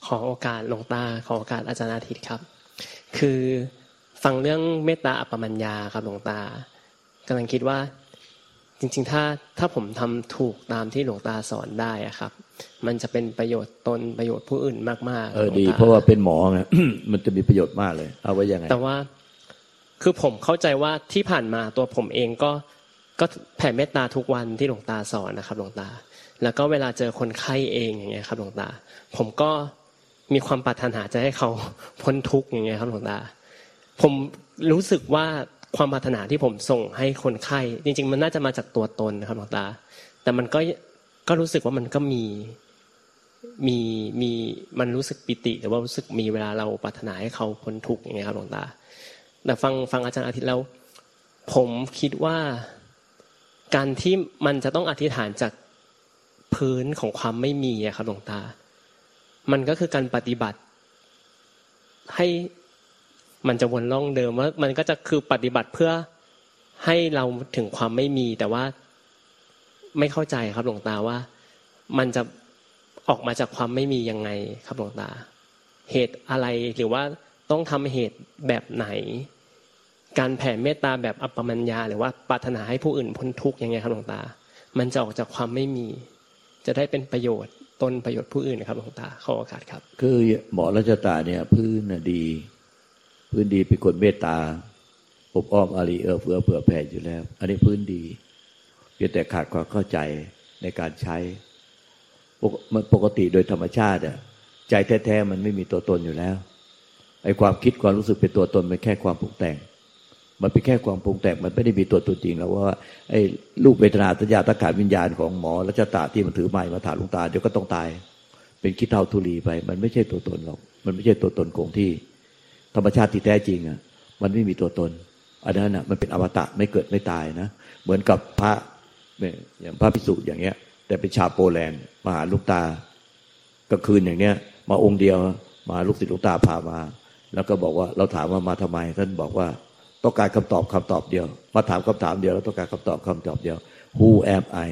ขอโอกาสหลวงตาขอโอกาสอาจารย์อาทิตย์ครับคือฟังเรื่องเมตตาอัปปมัญญาครับหลวงตากำลังคิดว่าจริงๆถ้าผมทำถูกตามที่หลวงตาสอนได้อะครับมันจะเป็นประโยชน์ตนประโยชน์ผู้อื่นมากๆดีเพราะว่าเป็นหมอไง มันจะมีประโยชน์มากเลยเอาไว้ยังไงแต่ว่าคือผมเข้าใจว่าที่ผ่านมาตัวผมเองก็แผ่เมตตาทุกวันที่หลวงตาสอนนะครับหลวงตาแล้วก็เวลาเจอคนไข้เองอย่างเงี้ยครับหลวงตาผมก็มีความปรารถนาจะให้เขาพ้นทุกข์อย่างเงี้ยครับหลวงตาผมรู้สึกว่าความปรารถนาที่ผมส่งให้คนไข้จริงๆมันน่าจะมาจากตัวตนนะครับหลวงตาแต่มันก็รู้สึกว่ามันก็มีมันรู้สึกปิติหรือว่ารู้สึกมีเวลาเราปรารถนาให้เขาพ้นทุกข์อย่างเงี้ยครับหลวงตาแต่ฟังอาจารย์อาทิตย์แล้วผมคิดว่าการที่มันจะต้องอธิษฐานจากพื้นของความไม่มีอะครับหลวงตามันก็คือการปฏิบัติให้มันจะวนล่องเดิมว่ามันก็จะคือปฏิบัติเพื่อให้เราถึงความไม่มีแต่ว่าไม่เข้าใจครับหลวงตาว่ามันจะออกมาจากความไม่มียังไงครับหลวงตาเหตุอะไรหรือว่าต้องทำเหตุแบบไหนการแผ่เมตตาแบบอัปปมัญญาหรือว่าปรารถนาให้ผู้อื่นพ้นทุกข์ยังไงครับหลวงตามันจะออกจากความไม่มีจะได้เป็นประโยชน์ตนประโยชน์ผู้อื่นนะครับหลวงตาขอโอกาสครับคือหมอรัชตาเนี่ยพื้นดีเป็นคนเมตตาอบอ้อมอารีเอื้อเฟื้อเผื่อแผ่อยู่แล้วอันนี้พื้นดีเพียงแต่ขาดความเข้าใจในการใช้มันปกติโดยธรรมชาติอ่ะใจแท้ๆมันไม่มีตัวตนอยู่แล้วไอ้ความคิดความรู้สึกเป็นตัวตนมันแค่ความปรุงแต่งมันเป็นแค่ความปรุงแต่งมันไม่ได้มีตัวตนจริงแล้วว่าไอ้รูปเวทนาสัญญาสังขารวิญญาณของหมอรัชตาที่มันถือไม้มาถามหลวงตาเดี๋ยวก็ต้องตายเป็นขี้เถ้าทุลีไปมันไม่ใช่ตัวตนหรอกมันไม่ใช่ตัวตนคงที่ธรรมชาติที่แท้จริงอ่ะมันไม่มีตัวตนอันนั้นอ่ะมันเป็นอมตะไม่เกิดไม่ตายนะเหมือนกับพระเนี่ยอย่างพระภิกษุอย่างเงี้ยแต่เป็นชาวโปแลนด์มาหาหลวงตากลางคืนอย่างเนี้ยมาองค์เดียวมาลูกศิษย์หลวงตาพามาแล้วก็บอกว่าเราถามว่ามาทำไมท่านบอกว่าต้องการคำตอบเดียวมาถามคำถามเดียวแล้วต้องการคำตอบเดียว Who am I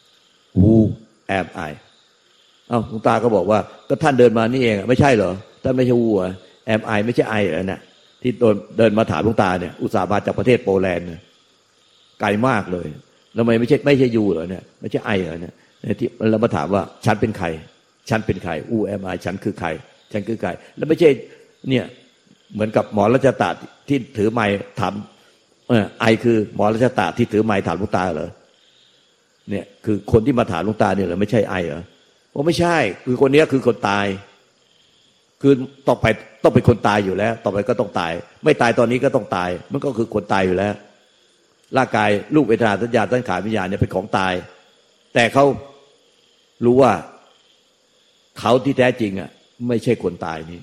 Who am I เอ้าหลวงตาก็บอกว่าก็ท่านเดินมานี่เองไม่ใช่เหรอท่านไม่ใช่ Who am I ไม่ใช่ I เหรอเนี่ยที่เดินมาถามหลวงตาเนี่ยอุตส่าห์มาจากประเทศโปแลนด์ไกลมากเลยแล้วไม่ใช่ You เหรอเนี่ยไม่ใช่ I เหรอเนี่ยที่เรามาถามว่าฉันเป็นใครฉันเป็นใคร Who am I ฉันคือใครฉันคือใครแล้วไม่ใช่เนี่ยเหมือนกับหมอรัชตาที่ถือไม้ถามไอคือหมอรัชตาที่ถือไม้ถามหลวงตาเหรอเนี่ยคือคนที่มาถามหลวงตาเนี่ยเหรอไม่ใช่ไอเหรอว่าไม่ใช่คือคนนี้คือคนตายคือต่อไปต้องเป็นคนตายอยู่แล้วต่อไปก็ต้องตายไม่ตายตอนนี้ก็ต้องตายมันก็คือคนตายอยู่แล้วร่างกายรูปเวทนาสัญญาสังขารวิญญาณเนี่ยเป็นของตายแต่เขารู้ว่าเขาที่แท้จริงอ่ะไม่ใช่คนตายนี้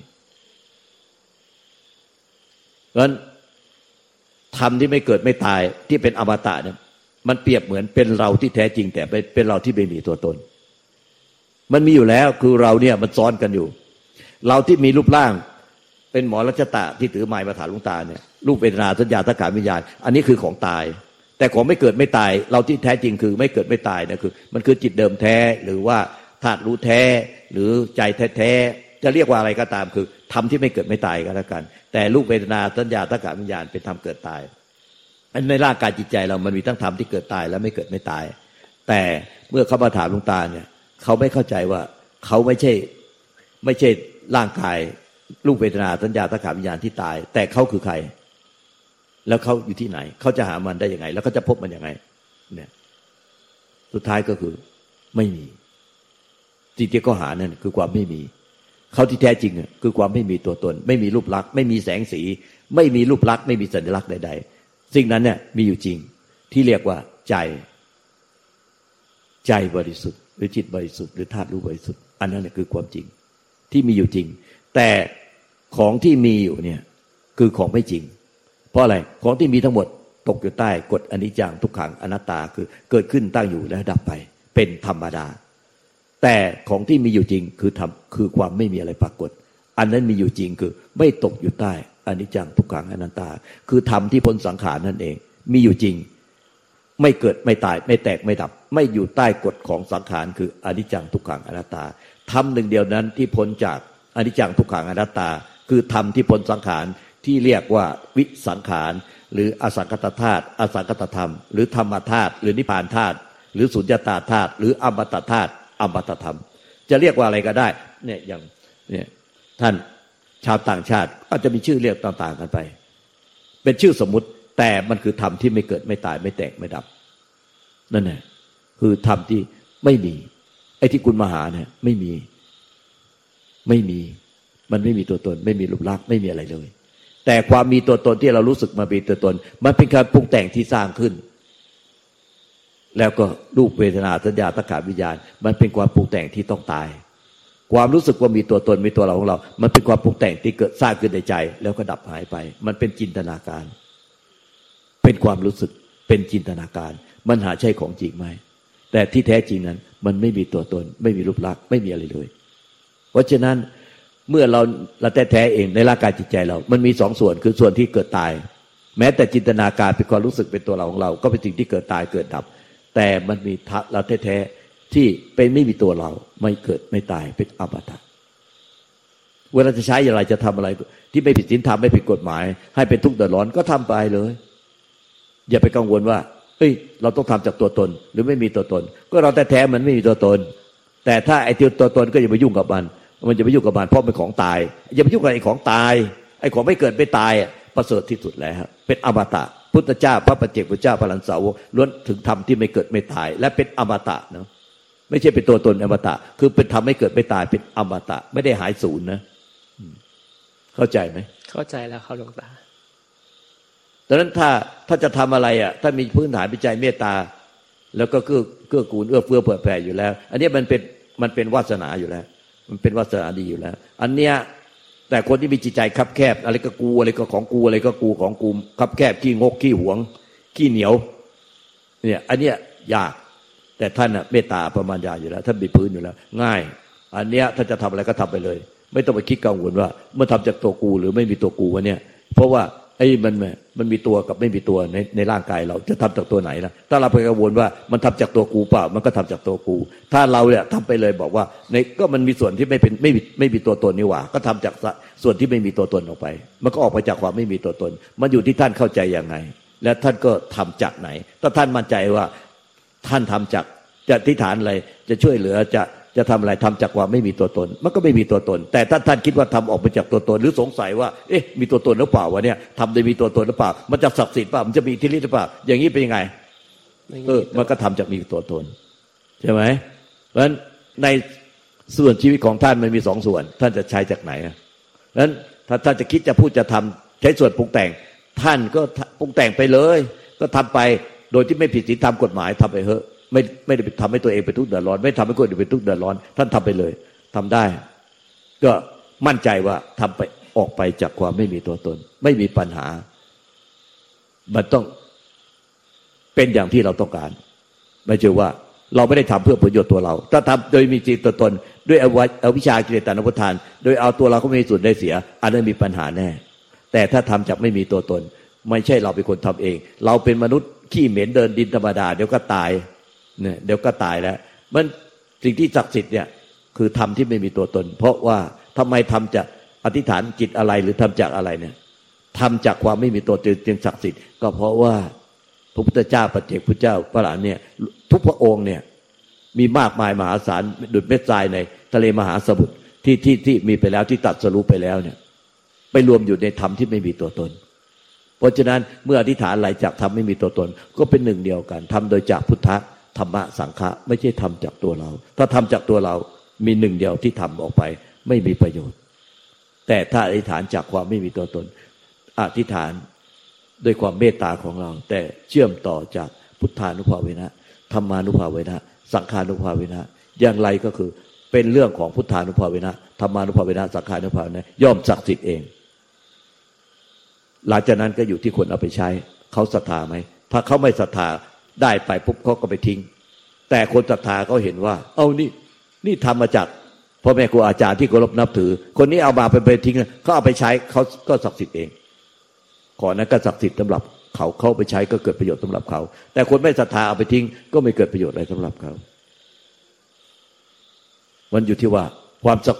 เพราะฉะนั้นธรรมที่ไม่เกิดไม่ตายที่เป็นอมตะเนี่ยมันเปรียบเหมือนเป็นเราที่แท้จริงแต่เป็นเราที่ไม่มีตัวตนมันมีอยู่แล้วคือเราเนี่ยมันซ้อนกันอยู่เราที่มีรูปร่างเป็นหมอรัชตะที่ถือไม้มาถามหลวงตาเนี่ยรูปเวทนาสัญญาสังขารวิญญาณอันนี้คือของตายแต่ของไม่เกิดไม่ตายเราที่แท้จริงคือไม่เกิดไม่ตายนะคือมันคือจิตเดิมแท้หรือว่าธาตุรู้แท้หรือใจแท้ๆจะเรียกว่าอะไรก็ตามคือธรรมที่ไม่เกิดไม่ตายก็แล้วกันแต่รูปเวทนาสัญญาสังขารวิญญาณเป็นธรรมเกิดตายในร่างกายจิตใจเรามันมีทั้งธรรมที่เกิดตายและไม่เกิดไม่ตายแต่เมื่อเขามาถามหลวงตาเนี่ยเขาไม่เข้าใจว่าเขาไม่ใช่ร่างกายรูปเวทนาสัญญาสังขารวิญญาณที่ตายแต่เขาคือใครแล้วเขาอยู่ที่ไหนเขาจะหามันได้ยังไงแล้วเขาจะพบมันยังไงเนี่ยสุดท้ายก็คือไม่มีสิ่งที่เขาหานั่นคือความไม่มีเขาที่แท้จริงคือความไม่มีตัวตนไม่มีรูปลักษณ์ไม่มีแสงสีไม่มีรูปลักษณ์ไม่มีสัญลักษณ์ใดๆสิ่งนั้นเนี่ยมีอยู่จริงที่เรียกว่าใจบริสุทธิ์หรือจิตบริสุทธิ์หรือธาตุรู้บริสุทธิ์อันนั้นคือความจริงที่มีอยู่จริงแต่ของที่มีอยู่เนี่ยคือของไม่จริงเพราะอะไรของที่มีทั้งหมดตกอยู่ใต้กฎอนิจจังทุกขังอนัตตาคือเกิดขึ้นตั้งอยู่และดับไปเป็นธรรมดาแต่ของที่มีอยู่จริงคือความไม่มีอะไรปรากฏอันนั้นมีอยู่จริงคือไม่ตกอยู่ใต้อนิจจังทุกขังอนัตตาคือธรรมที่พ้นสังขารนั่นเองมีอยู่จริงไม่เกิดไม่ตายไม่แตกไม่ดับไม่อยู่ใต้กฎของสังขารคืออนิจจังทุกขังอนัตตาธรรมหนึ่งเดียวนั้นที่พ้นจากอนิจจังทุกขังอนัตตาคือธรรมที่พ้นสังขารที่เรียกว่าวิสังขารหรืออสังคตธาตุอสังคตธรรมหรือธรรมธาตุหรือนิพพานธาตุหรือสุญญตาธาตุหรืออมตะธาตุอมตะธรรมจะเรียกว่าอะไรก็ได้เนี่ยอย่างเนี่ยท่านชาวต่างชาติก็จะมีชื่อเรียกต่างๆกันไปเป็นชื่อสมมุติแต่มันคือธรรมที่ไม่เกิดไม่ตายไม่แตกไม่ดับนั่นแหละคือธรรมที่ไม่มีไอ้ที่คุณมาหาเนี่ยไม่มีมันไม่มีตัวตนไม่มีรูปลักษณ์ไม่มีอะไรเลยแต่ความมีตัวตนที่เรารู้สึกมาเป็นตัวตนมันเป็นการปรุงแต่งที่สร้างขึ้นแล้วก็รูปเวทนาสัญญาสังขารวิญญาณมันเป็นความปรุงแต่งที่ต้องตายความรู้สึกว่ามีตัวตนมีตัวเราของเรามันเป็นความปรุงแต่งที่เกิดสร้างขึ้นในใจแล้วก็ดับหายไปมันเป็นจินตนาการเป็นความรู้สึกเป็นจินตนาการมันหาใช่ของจริงไหมแต่ที่แท้จริงนั้นมันไม่มีตัวตนไม่มีรูปลักษณ์ไม่มีอะไรเลยเพราะฉะนั้นเมื่อเราแท้เองในร่างกายจิตใจเรามันมีสองส่วนคือส่วนที่เกิดตายแม้แต่จินตนาการเป็นความรู้สึกเป็นตัวเราของเราก็เป็นสิ่งที่เกิดตายเกิดดับแต่มันมีเราแท้ที่เป็นไม่มีตัวเราไม่เกิดไม่ตายเป็นอมตะเวลาจะใช้อย่างไรจะทำอะไรที่ไม่ผิดศีลธรรมไม่ผิดกฎหมายให้เป็นทุกข์เดือดร้อนก็ทำไปเลยอย่าไปกังวลว่าเราต้องทำจากตัวตนหรือไม่มีตัวตนก็เราแท้มันไม่มีตัวตนแต่ถ้าไอ้ตัวตนก็อย่าไปยุ่งกับมันจะไปยุ่งกับมันเพราะเป็นของตายอย่าไปยุ่งกับไอ้ของตายไอ้ของไม่เกิดไม่ตายประเสริฐที่สุดแล้วเป็นอมตะพุทธเจ้าพระปัจเจกพุทธเจ้าพระอรหันตสาวกล้วนถึงธรรมที่ไม่เกิดไม่ตายและเป็นอมตะเนาะไม่ใช่เป็นตัวตนอมตะคือเป็นธรรมไม่เกิดไม่ตายเป็นอมตะไม่ได้หายสูญนะเข้าใจไหมเข้าใจแล้วครับหลวงตาดังนั้นถ้าจะทำอะไรถ้ามีพื้นฐานเป็นใจเมตตาแล้วก็เกื้อกูลเอื้อเฟื้อเผื่อแผ่อยู่แล้วอันนี้มันเป็นวาสนาอยู่แล้วมันเป็นวาสนาดีอยู่แล้วอันเนี้ยแต่คนที่มีจิตใจคับแคบอะไรก็กูอะไรก็ของกูอะไรก็กูของกูคับแคบขี้งกขี้หวงขี้เหนียวเนี่ยอันเนี้ยยากแต่ท่านเมตตาประมาณยาอยู่แล้วท่านมีพื้นอยู่แล้วง่ายอันเนี้ยถ้าจะทำอะไรก็ทำไปเลยไม่ต้องไปคิดกังวลว่าเมื่อทำจากตัวกูหรือไม่มีตัวกูวะเนี่ยเพราะว่ามันมีตัวกับไม่มีตัวในร่างกายเราจะทำจากตัวไหนล่ะถ้าเราไปกังวลว่ามันทำจากตัวกูเปล่ามันก็ทำจากตัวกูถ้าเราเนี่ยทำไปเลยบอกว่าก็มันมีส่วนที่ไม่มีตัวตนนี่หว่าก็ทำจากส่วนที่ไม่มีตัวตนออกไปมันก็ออกไปจากความไม่มีตัวตนมันอยู่ที่ท่านเข้าใจยังไงและท่านก็ทำจากไหนถ้าท่านมั่นใจว่าท่านทำจากจะอธิษฐานอะไรจะช่วยเหลือจะทำอะไรทำจากความไม่มีตัวตนมันก็ไม่มีตัวตนแต่ถ้าท่านคิดว่าทำออกมาจากตัวตนหรือสงสัยว่ามีตัวตนหรือเปล่าวะเนี่ยทำโดยมีตัวตนหรือเปล่ามันจะศักดิ์สิทธิ์เปล่ามันจะมีอิทธิฤทธิ์หรือเปล่าอย่างนี้เป็นยังไงมันก็ทำจากมีตัวตนใช่ไหมเพราะฉะนั้นในส่วนชีวิตของท่านมันมีสองส่วนท่านจะใช้จากไหนเพราะฉะนั้นถ้าท่านจะคิดจะพูดจะทำใช้ส่วนปรุงแต่งท่านก็ปรุงแต่งไปเลยก็ทำไปโดยที่ไม่ผิดศีลธรรมกฎหมายทำไปเถอะไม่ได้ทำให้ตัวเองเป็นทุกข์เดือดร้อนไม่ทำให้คนอื่นเป็นทุกข์เดือดร้อนท่านทำไปเลยทำได้ก็มั่นใจว่าทำไปออกไปจากความไม่มีตัวตนไม่มีปัญหามันต้องเป็นอย่างที่เราต้องการไม่ใช่ว่าเราไม่ได้ทำเพื่อประโยชน์ตัวเราถ้าทำโดยมีจิตตัวตนด้วยอวิชชากิเลสตัณหาอุปาทานโดยเอาตัวเราก็ไม่มีส่วนได้เสียอันนั้นมีปัญหาแน่แต่ถ้าทำจากไม่มีตัวตนไม่ใช่เราเป็นคนทำเองเราเป็นมนุษย์ขี้เหม็นเดินดินธรรมดาเดี๋ยวก็ตายเนี่ยเดี๋ยวก็ตายแล้วมันสิ่งที่ศักดิ์สิทธิ์เนี่ยคือธรรมที่ไม่มีตัวตนเพราะว่าทำไมทำจากอธิษฐานจิตอะไรหรือทำจากอะไรเนี่ยทำจากความไม่มีตัวตนจึงศักดิ์สิทธิ์ก็เพราะว่าพระพุทธเจ้าปัจเจกพุทธเจ้าพระอรหันต์เนี่ยทุกพระองค์เนี่ยมีมากมายมหาศาลดุจเม็ดทรายในทะเลมหาสมุทรที่มีไปแล้วที่ตรัสรู้ไปแล้วเนี่ยไปรวมอยู่ในธรรมที่ไม่มีตัวตนเพราะฉะนั้นเมื่ออธิษฐานอะไรจากธรรมไม่มีตัวตนก็เป็นหนึ่งเดียวกันทำโดยจากพุทธะธรรมะสังฆะไม่ใช่ทำจากตัวเราถ้าทำจากตัวเรามีหนึ่งเดียวที่ทำออกไปไม่มีประโยชน์แต่ถ้าอธิษฐานจากความไม่มีตัวตนอธิษฐานด้วยความเมตตาของเราแต่เชื่อมต่อจากพุทธานุภาเวนะธรรมานุภาเวนะสังฆานุภาเวนะอย่างไรก็คือเป็นเรื่องของพุทธานุภาเวนะธรรมานุภาเวนะสังฆานุภาเวนะย่อมศักดิ์สิทธิ์เองหลังจากนั้นก็อยู่ที่คนเอาไปใช้เขาศรัทธาไหมถ้าเขาไม่ศรัทธาได้ไปปุ๊บเขาก็ไปทิ้งแต่คนศรัทธาเขาเห็นว่านี่ทำมาจากพ่อแม่ครูอาจารย์ที่เคารพนับถือคนนี้เอามาไปทิ้งเขาเอาไปใช้เขาก็ศักดิ์สิทธิ์เองขอนั้นก็ศักดิ์สิทธิ์สำหรับเขาไปใช้ก็เกิดประโยชน์สำหรับเขาแต่คนไม่ศรัทธาเอาไปทิ้งก็ไม่เกิดประโยชน์อะไรสำหรับเขามันอยู่ที่ว่าความศักดิ์สิทธิ์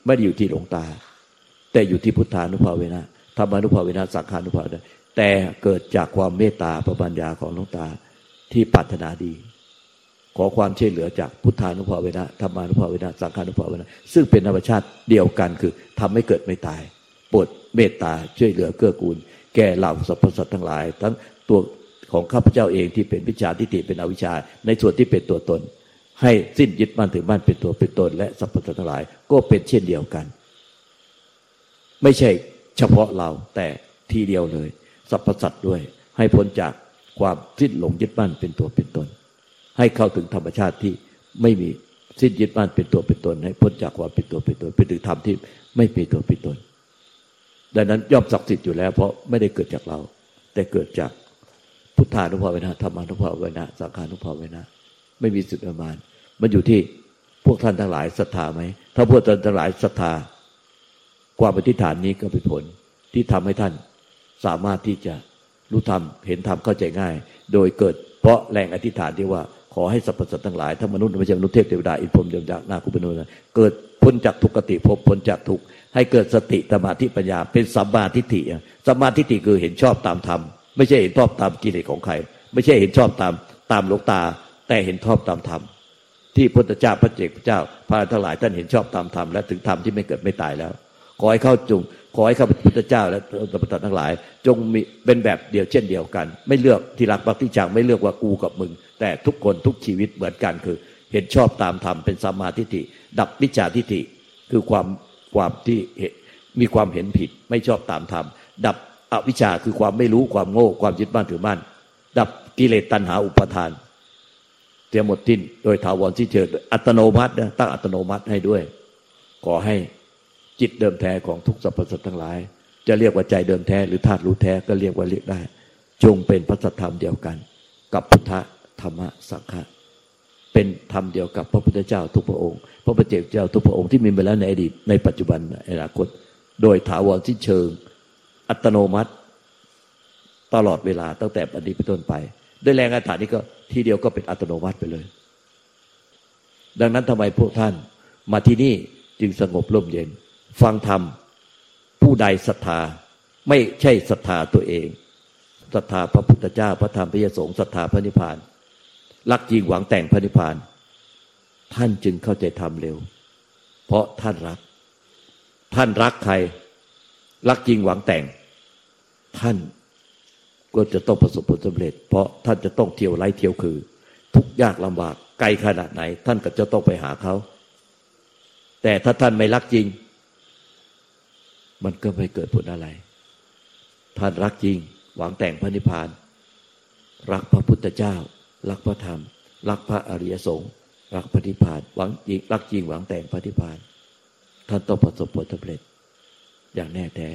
ไม่ได้อยู่ที่หลวงตาแต่อยู่ที่พุทธานุภาเวนะธรรมานุภาเวนะสังฆานุภาเวนะแต่เกิดจากความเมตตาพระปัญญาของหลวงตาที่ปรารถนาดีขอความช่วยเหลือจากพุทธานุภาเวนะธรรมานุภาเวนะสังฆานุภาเวนะซึ่งเป็นธรรมชาติเดียวกันคือทำให้เกิดไม่ตายโปรดเมตตาช่วยเหลือเกื้อกูลแก่เหล่าสรรพสัตว์ทั้งหลายทั้งตัวของข้าพเจ้าเองที่เป็นวิชาทิฏฐิเป็นอวิชชาในส่วนที่เป็นตัวตนให้สิ้นยึดมั่นถือมั่นเป็นตัวเป็นตนและสรรพสัตว์ทั้งหลายก็เป็นเช่นเดียวกันไม่ใช่เฉพาะเราแต่ทีเดียวเลยสรรพสัตว์ด้วยให้พ้นจากความสิ้นหลงยึดมั่นเป็นตัวเป็นตนให้เข้าถึงธรรมชาติที่ไม่มีสิ้นยึดมั่นเป็นตัวเป็นตนให้พ้นจากความเป็นตัวเป็นตนเป็นถึงธรรมที่ไม่เป็นตัวเป็นตนดังนั้นย่อมศักดิ์สิทธิ์อยู่แล้วเพราะไม่ได้เกิดจากเราแต่เกิดจากพุทธานุภาเวนะธรรมานุภาเวนะสังฆานุภาเวนะไม่มีสุดประมาณมันอยู่ที่พวกท่านทั้งหลายศรัทธาไหมถ้าพวกท่านทั้งหลายศรัทธาความอธิษฐานนี้ก็เป็นผลที่ทำให้ท่านสามารถที่จะรู้ธรรมเห็นธรรมเข้าใจง่ายโดยเกิดเพราะแรงอธิษฐานที่ว่าขอให้สรรพสัตว์ทั้งหลายทั้งมนุษย์ไม่ใช่มนุษย์เทพเทวดาอินทร์พรหมเทวดานาคุปนุษย์เกิดพ้นจากทุกขติภพพ้นจากทุกข์ให้เกิดสติสมาธิปัญญาเป็นสัมมาทิฏฐิสัมมาทิฏฐิคือเห็นชอบตามธรรมไม่ใช่เห็นชอบตามกิเลสของใครไม่ใช่เห็นชอบตามหลวงตาแต่เห็นชอบตามธรรมที่พุทธเจ้าพระเจ้าพระเจ้าพระทั้งหลายท่านเห็นชอบตามธรรมและถึงธรรมที่ไม่เกิดไม่ตายแล้วขอให้ข้าพระพุทธเจ้าและสรรพสัตว์ทั้งหลายจงมีเป็นแบบเดียวเช่นเดียวกันไม่เลือกที่รักภักที่ชังไม่เลือกว่ากูกับมึงแต่ทุกคนทุกชีวิตเหมือนกันคือเห็นชอบตามธรรมเป็นสัมมาทิฏฐิดับมิจฉาทิฏฐิคือความที่มีความเห็นผิดไม่ชอบตามธรรมดับอวิชชาคือความไม่รู้ความโง่ความยึดมั่นถือมั่นดับกิเลสตัณหาอุปาทานเตรียมหมดสิ้นโดยถาวรที่เชิญอัตโนมัตินะตั้งอัตโนมัติให้ด้วยขอให้จิตเดิมแท้ของทุกสรรพสัตว์ทั้งหลายจะเรียกว่าใจเดิมแท้หรือธาตุรู้แท้ก็เรียกได้จงเป็นพระสัทธรรมเดียวกันกับพุทธธรรมสังฆะเป็นธรรมเดียวกับพระพุทธเจ้าทุกพระองค์พระพุทธเจ้าทุกพระองค์ที่มีมาแล้วในอดีตในปัจจุบันในอนาคตโดยถาวรที่เชิงอัตโนมัติตลอดเวลาตั้งแต่บัดนี้เป็นต้นไปด้วยแรงอธิษฐานนี้ก็ทีเดียวก็เป็นอัตโนมัติไปเลยดังนั้นทำไมพวกท่านมาที่นี่จึงสงบร่มเย็นฟังธรรมผู้ใดศรัทธาไม่ใช่ศรัทธาตัวเองศรัทธาพระพุทธเจ้าพระธรรมพระสงฆ์ศรัทธาพระนิพพานรักจริงหวังแต่งพระนิพพานท่านจึงเข้าใจธรรมเร็วเพราะท่านรักใครรักจริงหวังแต่งท่านก็จะต้องประสบผลสำเร็จเพราะท่านจะต้องเที่ยวไร้เที่ยวคือทุกยากลำบากไกลขนาดไหนท่านก็จะต้องไปหาเขาแต่ถ้าท่านไม่รักจริงมันก็ไม่เกิดผลอะไรท่านรักจริงหวังแต่งพระนิพพานรักพระพุทธเจ้ารักพระธรรมรักพระอริยสงฆ์รักพระนิพพานหวังจริงรักจริงหวังแต่งพระนิพพานท่านต้องประสบผลสำเร็จอย่างแน่แท้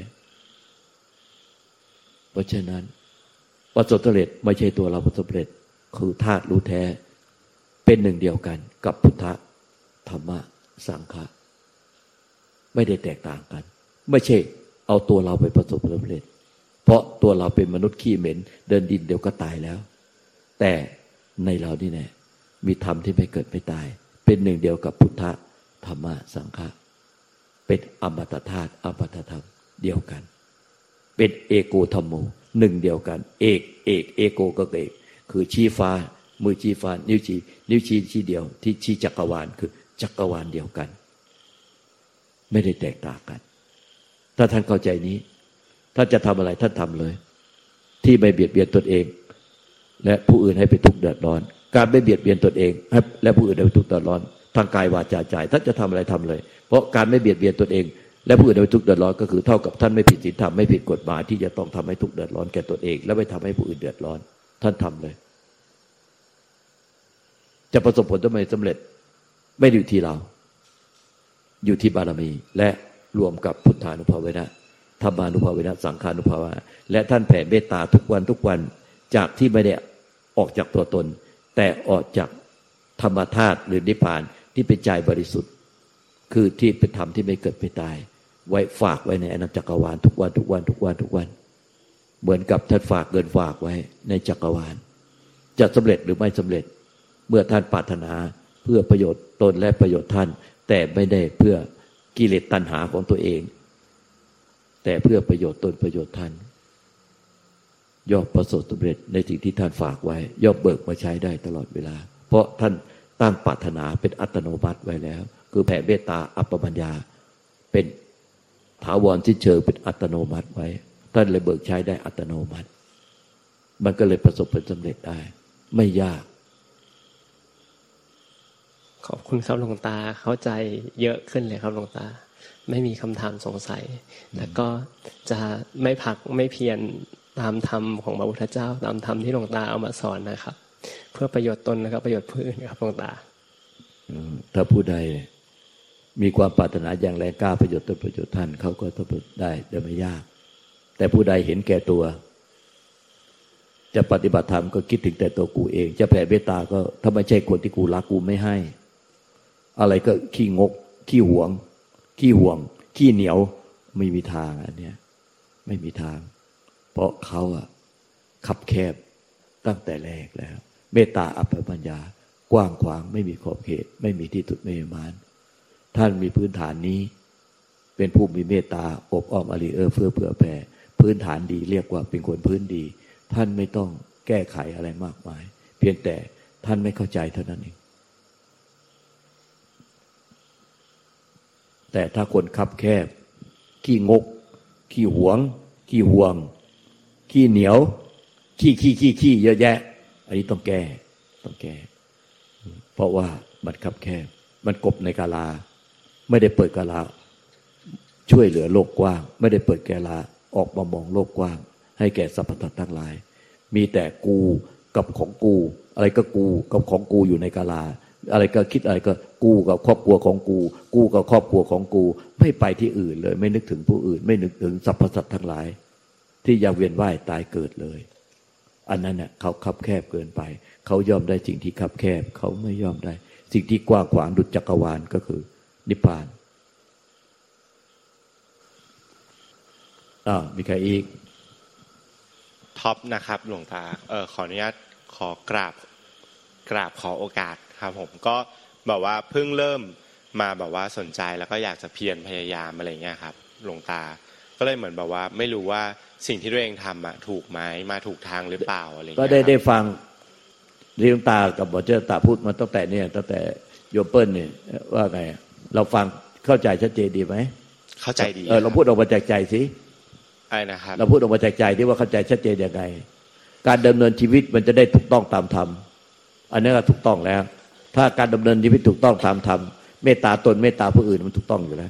เพราะฉะนั้นประสบสำเร็จไม่ใช่ตัวเราประสบสำเร็จคือธาตุรู้แท้เป็นหนึ่งเดียวกันกับพุทธธรรมะสังฆะไม่ได้แตกต่างกันไม่ใช่เอาตัวเราไปประสบผลสำเร็จเพราะตัวเราเป็นมนุษย์ขี้เหม็นเดินดินเดี๋ยวก็ตายแล้วแต่ในเรานี่แน่มีธรรมที่ไม่เกิดไม่ตายเป็นหนึ่งเดียวกับพุทธธรรมะสังฆะเป็นอมตะธาตุอมตะธรรมเดียวกันเป็นเอโกธรรมโมหนึ่งเดียวกันเอกโกก็เอกคือชี้ฟ้ามือชี้ฟ้านิ้วชี้เดียวที่ชี้จักรวาลคือจักรวาลเดียวกันไม่ได้แตกต่างกันถ้าท่านเข้าใจนี้ท่านจะทำอะไรท่านทำเลยที่ไม่เบียดเบียนตนเองและผู้อื่นให้เป็นทุกข์เดือดร้อนการไม่เบียดเบียนตนเองและผู้อื่นให้เป็นทุกข์เดือดร้อนทางกายวาจาใจท่านจะทำอะไรทำเลยเพราะการไม่เบียดเบียนตนเองและผู้อื่นให้เป็นทุกข์เดือดร้อนก็คือเท่ากับท่านไม่ผิดศีลธรรมไม่ผิดกฎหมายที่จะต้องทำให้ทุกข์เดือดร้อนแก่ตนเองและไม่ทำให้ผู้อื่นเดือดร้อนท่านทำเลยจะประสบผลทำไมสำเร็จไม่อยู่ที่เราอยู่ที่บารมีและรวมกับพุทธานุภาเวนะธรรมานุภาเวนะสังฆานุภาเวนะและท่านแผ่เมตตาทุกวันจากที่ไม่ได้ออกจากตัวตนแต่ออกจากธรรมธาตุหรือนิพพานที่เป็นใจบริสุทธิ์คือที่เป็นธรรมที่ไม่เกิดไม่ตายไว้ฝากไว้ในอนันตจักรวาลทุกวันเหมือนกับท่านฝากเงินฝากไว้ในจักรวาลจะสำเร็จหรือไม่สำเร็จเมื่อท่านปรารถนาเพื่อประโยชน์ตนและประโยชน์ท่านแต่ไม่ได้เพื่อกิเลสตัณหาของตัวเองแต่เพื่อประโยชน์ตนประโยชน์ท่านย่อมประสบสำเร็จในสิ่งที่ท่านฝากไว้ย่อมเบิกมาใช้ได้ตลอดเวลาเพราะท่านตั้งปรารถนาเป็นอัตโนมัติไว้แล้วคือแผ่เมตตาอัปปมัญญาเป็นถาวรสิ้นเชิงเป็นอัตโนมัติไว้ท่านเลยเบิกใช้ได้อัตโนมัติมันก็เลยประสบผลสำเร็จได้ไม่ยากขอบคุณครับหลวงตาเข้าใจเยอะขึ้นเลยครับหลวงตาไม่มีคำถามสงสัยแล้วก็จะไม่พักไม่เพียรตามธรรมของพระพุทธเจ้าตามธรรมที่หลวงตาเอามาสอนนะครับเพื่อประโยชน์ตนและก็ประโยชน์ผู้อื่นครับหลวงตาถ้าผู้ใดมีความปรารถนาอย่างแรงกล้าประโยชน์ตนประโยชน์ท่านเขาก็ต้องได้โดยไม่ยากแต่ผู้ใดเห็นแก่ตัวจะปฏิบัติธรรมก็คิดถึงแต่ตัวกูเองจะแผ่เมตตาก็ถ้าไม่ใช่คนที่กูรักกูไม่ให้อะไรก็ขี้งกขี้หวงขี้เหนียวไม่มีทางอันเนี้ยไม่มีทางเพราะเขาคับแคบตั้งแต่แรกแล้วเมตตาอัปปมัญญากว้างขวางไม่มีขอบเขตไม่มีที่สุดไม่มีมานท่านมีพื้นฐานนี้เป็นผู้มีเมตตาอบอ้อมอารีเฟื้อเผื่อแผ่พื้นฐานดีเรียกว่าเป็นคนพื้นดีท่านไม่ต้องแก้ไขอะไรมากมายเพียงแต่ท่านไม่เข้าใจเท่านั้นเองแต่ถ้าคนคับแคบขี้งกขี้หวงขี้ห่วงขี้เหนียวขี้เยอะแยะอันนี้ต้องแก้เพราะว่ามันคับแคบมันกบในกาลาไม่ได้เปิดกาลาช่วยเหลือโลกกว้างไม่ได้เปิดกาลาออกมามองโลกกว้างให้แก่สรรพสัตว์ทั้งหลายมีแต่กูกับของกูอะไรก็กูกับของกูอยู่ในกาลาอะไรก็คิดอะไรก็กูกับครอบครัวของกูกับครอบครัวของกูไม่ไปที่อื่นเลยไม่นึกถึงผู้อื่นไม่นึกถึงสรรพสัตว์ทั้งหลายที่ยังเวียนว่ายตายเกิดเลยอันนั้นน่ะเขาคับแคบเกินไปเขายอมได้สิ่งที่คับแคบเขาไม่ยอมได้สิ่งที่กว้างขวางดุจจักรวาลก็คือนิพพานมีใครอีกท็อปนะครับหลวงตาขออนุญาตขอกราบขอโอกาสครับผมก็แบบว่าเพิ่งเริ่มมาแบบว่าสนใจแล้วก็อยากจะเพียรพยายามอะไรเงี้ยครับหลวงตาก็เลยเหมือนแบบว่าไม่รู้ว่าสิ่งที่ตัวเองทำถูกไหมมาถูกทางหรือเปล่าอะไรเงี้ยก็ได้ฟังที่หลวงตากับหมอเจ้าตาพูดมาตั้งแต่โยมเปิ้ลเนี่ยว่าไงเราฟังเข้าใจชัดเจนดีไหมเข้าใจดีเราพูดออกมาจากใจสินะครับเราพูดออกมาจากใจที่ว่าเข้าใจชัดเจนยังไงการดำเนินชีวิตมันจะได้ถูกต้องตามธรรมอันนี้ก็ถูกต้องแล้วถ้าการดำเนินชีวิตถูกต้องตามธรรมเมตตาตนเมตตาผู้อื่นมันถูกต้องอยู่แล้ว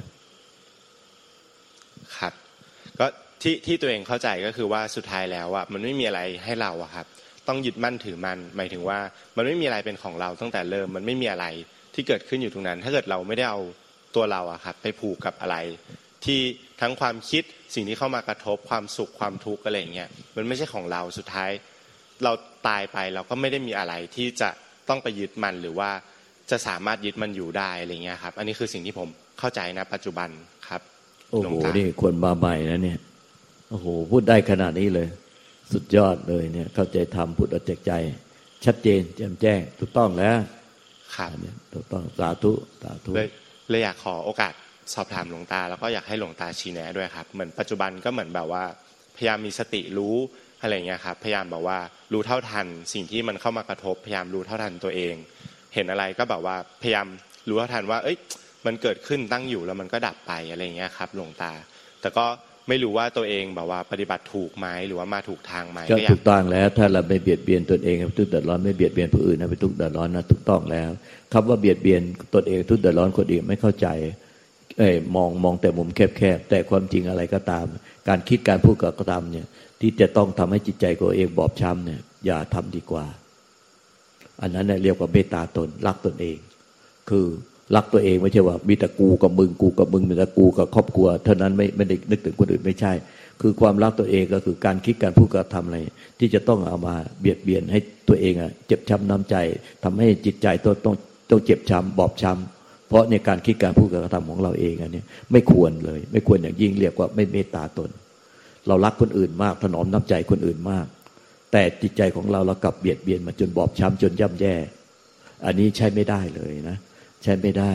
ครับก็ที่ตัวเองเข้าใจก็คือว่าสุดท้ายแล้วมันไม่มีอะไรให้เราครับต้องยึดมั่นถือมั่นหมายถึงว่ามันไม่มีอะไรเป็นของเราตั้งแต่เริ่มมันไม่มีอะไรที่เกิดขึ้นอยู่ตรงนั้นถ้าเกิดเราไม่ได้เอาตัวเราครับไปผูกกับอะไรที่ทั้งความคิดสิ่งที่เข้ามากระทบความสุขความทุกข์อะไรเงี้ยมันไม่ใช่ของเราสุดท้ายเราตายไปเราก็ไม่ได้มีอะไรที่จะต้องไปยึดมันหรือว่าจะสามารถยึดมันอยู่ได้อะไรเงี้ยครับอันนี้คือสิ่งที่ผมเข้าใจนะปัจจุบันครับโอ้โหนี่คนมาใหม่นะเนี่ยโอ้โหพูดได้ขนาดนี้เลยสุดยอดเลยเนี่ยเข้าใจธรรมพูดออกจากใจชัดเจนแจ่มแจ้งถูกต้องแล้วครับถูกต้องสาธุเลยอยากขอโอกาสสอบถามหลวงตาแล้วก็อยากให้หลวงตาชี้แนะด้วยครับเหมือนปัจจุบันก็เหมือนแบบว่าพยายามมีสติรู้อะไรเงี้ยครับพยายามแบบว่ารู้เท่าทันสิ่งที่มันเข้ามากระทบพยายามรู้เท่าทันตัวเองเห็นอะไรก็แบบว่าพยายามรู้เท่าทันว่ามันเกิดขึ้นตั้งอยู่แล้วมันก็ดับไปอะไรเงี้ยครับหลวงตาแต่ก็ไม่รู้ว่าตัวเองแบบว่าปฏิบัติถูกไหมหรือว่ามาถูกทางไหมก็ถูกต้องแล้วถ้าเราไม่เบียดเบียนตนเองทุกข์เดือดร้อนไม่เบียดเบียนผู้อื่นไม่ทุกข์เดือดร้อนนะถูกต้องแล้วคำว่าเบียดเบียนตนเองทุกข์เดือดร้อนคนอื่นไม่เข้าใจมองแต่มุมแคบๆแต่ความจริงอะไรก็ตามการคิดการพูดก็ตามเนี่ยที่จะต้องทำให้จิตใจตัวเองบอบช้ำเนี่ยอย่าทำดีกว่าอันนั้นเนี่ยเรียกว่าเมตตาตนรักตนเองคือรักตัวเองไม่ใช่ว่ามีแต่กูกับมึงมีแต่กูกับครอบครัวเท่านั้นไม่ได้นึกถึงคนอื่นไม่ใช่คือความรักตัวเองก็คือการคิดการพูดการทำอะไรที่จะต้องเอามาเบียดเบียนให้ตัวเองเจ็บช้ำน้ำใจทำให้จิตใจต้องเจ็บช้ำบอบช้ำเพราะในการคิดการพูดการทำของเราเองอันนี้ไม่ควรเลยไม่ควรอย่างยิ่งเรียกว่าไม่เมตตาตนเรารักคนอื่นมากถนอมน้ำใจคนอื่นมากแต่จิตใจของเรากลับเบียดเบียนมาจนบอบช้ำจนย่ำแย่อันนี้ใช้ไม่ได้เลยนะใช้ไม่ได้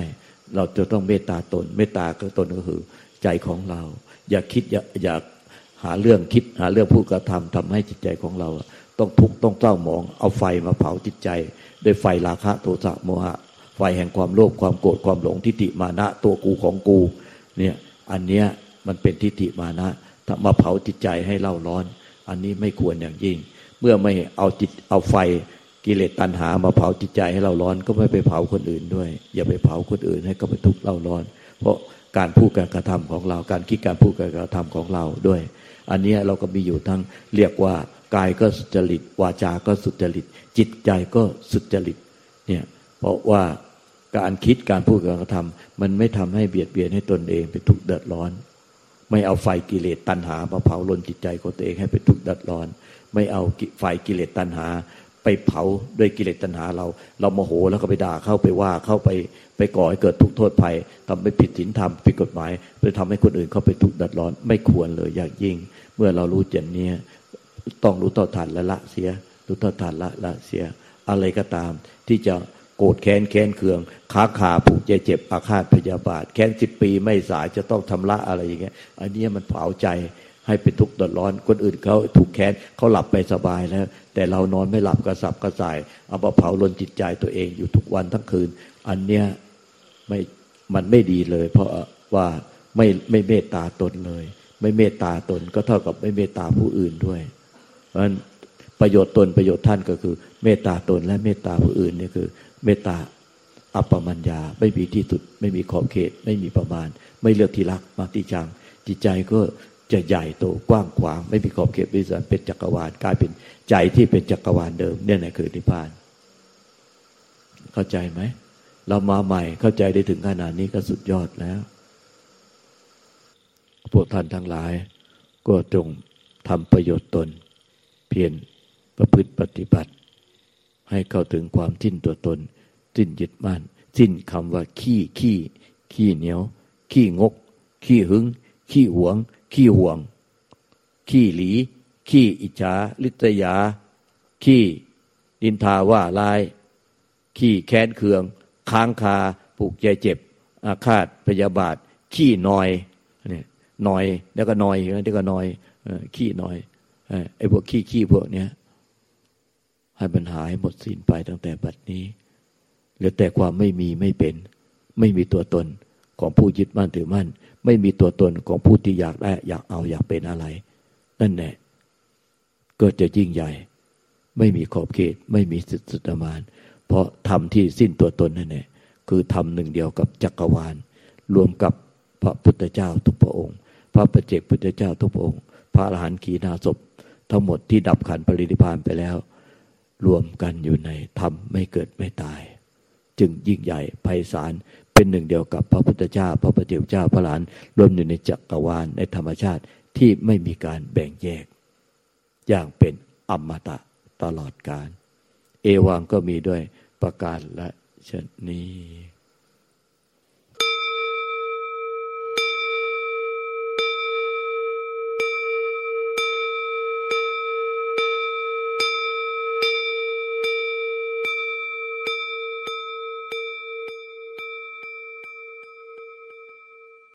เราจะต้องเมตตาตนเมตตาก็ตนก็คือใจของเราอย่าคิดอย่าหาเรื่องคิดหาเรื่องผู้กระทำทำให้จิตใจของเราต้องทุกข์ต้องเศร้าหมองเอาไฟมาเผาจิตใจด้วยไฟราคะโทสะโมหะไฟแห่งความโลภความโกรธความหลงทิฏฐิมานะตัวกูของกูเนี่ยอันเนี้ยมันเป็นทิฏฐิมานะถ้ามาเผาจิตใจให้เล่าร้อนอันนี้ไม่ควรอย่างยิ่งเมื่อไม่เอาไฟกิเลสตัณหามาเผาจิตใจให้เราร้อนก็ไม่ไปเผาคนอื่นด้วยอย่าไปเผาคนอื่นให้เขาไปทุกข์เล่าร้อนเพราะการพูดการกระทำของเราการคิดการพูดการกระทำของเราด้วยอันนี้เราก็มีอยู่ทั้งเรียกว่ากายก็สุจริตวาจาก็สุจริตจิตใจก็สุจริตเนี่ยเพราะว่าการคิดการพูดการกระทำมันไม่ทำให้เบียดเบียนให้ตนเองเป็นทุกข์เดือดร้อนไม่เอาไฟกิเลสตัณหามาเผาลนจิตใจของตัวเองให้เป็นทุกข์เดือดร้อนไม่เอาไฟกิเลสตัณหาไปเผาด้วยกิเลสตัณหาเราโมโหแล้วก็ไปด่าเข้าไปว่าเข้าไปก่อให้เกิดทุกข์โทษภัยทำให้ผิดศีลธรรมผิดกฎหมายไปทำให้คนอื่นเขาไปทุกข์เดือดร้อนไม่ควรเลยอย่างยิ่งเมื่อเรารู้อย่างนี้ต้องรู้เท่าทันและละเสียรู้เท่าทันละเสียอะไรก็ตามที่จะโกรธแค้นเคืองค้าขาผูกใจเจ็บอาฆาตพยาบาทแค้น10 ปีไม่สายจะต้องทำละอะไรอย่างเงี้ยอันนี้มันเผาใจให้เป็นทุกข์เดือดร้อนคนอื่นเขาถูกแค้นเขาหลับไปสบายแล้วแต่เรานอนไม่หลับกระสับกระส่ายเอามาเผาลนจิตใจตัวเองอยู่ทุกวันทั้งคืนอันเนี้ยมันไม่ดีเลยเพราะว่าไม่เมตตาตนเลยไม่เมตตาตนก็เท่ากับไม่เมตตาผู้อื่นด้วยเพราะฉะนั้นประโยชน์ตนประโยชน์ท่านก็คือเมตตาตนและเมตตาผู้อื่นนี่คือเมตตาอัปปมัญญาไม่มีที่สุดไม่มีขอบเขตไม่มีประมาณไม่เลือกที่รักมากที่ชังจิตใจก็จะใหญ่โตกว้างขวางไม่มีขอบเขตวิสัยเป็นจักรวาลกลายเป็นใจที่เป็นจักรวาลเดิมเนี่ยคือนิพพานเข้าใจไหมเรามาใหม่เข้าใจได้ถึงขนาดนี้ก็สุดยอดแล้วพวกท่านทั้งหลายก็จงทำประโยชน์ตนเพียรประพฤติปฏิบัติให้เข้าถึงความสิ้นตัวตนสิ้นยึดมั่นสิ้นคำว่าขี้เหนียวขี้งกขี้หึงขี้หวงขี้ห่วงขี้หลีขี้อิจฉาริษยาขี้นินทาว่าร้ายขี้แค้นเคืองค้างคาผูกใจเจ็บอาฆาตพยาบาทขี้นอยเนี่ยนอยแล้วก็นอยแล้วก็นอยขี้นอยไอ้พวกขี้พวกเนี้ยให้มันหายหมดสิ้นไปตั้งแต่บัดนี้เหลือแต่ความไม่มีไม่เป็นไม่มีตัวตนของผู้ยึดมั่นถือมั่นไม่มีตัวตนของผู้ที่อยากได้อยากเอาอยากเป็นอะไรนั่นแหละก็จะยิ่งใหญ่ไม่มีขอบเขตไม่มีสิทธิประมาณเพราะธรรมที่สิ้นตัวตนนั่นแหละคือธรรมหนึ่งเดียวกับจักรวาลรวมกับพระพุทธเจ้าทุกพระองค์พระปัจเจกพุทธเจ้าทุกพระองค์พระอรหันต์ขีณาสพทั้งหมดที่ดับขันธ์ปรินิพพานไปแล้วรวมกันอยู่ในธรรมไม่เกิดไม่ตายจึงยิ่งใหญ่ไพศาลเป็นหนึ่งเดียวกับพระพุทธเจ้าพระปัจเจกเจ้าพระอรหันต์รวมอยู่ในจักรวาลในธรรมชาติที่ไม่มีการแบ่งแยกอย่างเป็นอมตะตลอดกาลเอวังก็มีด้วยประการละชนี้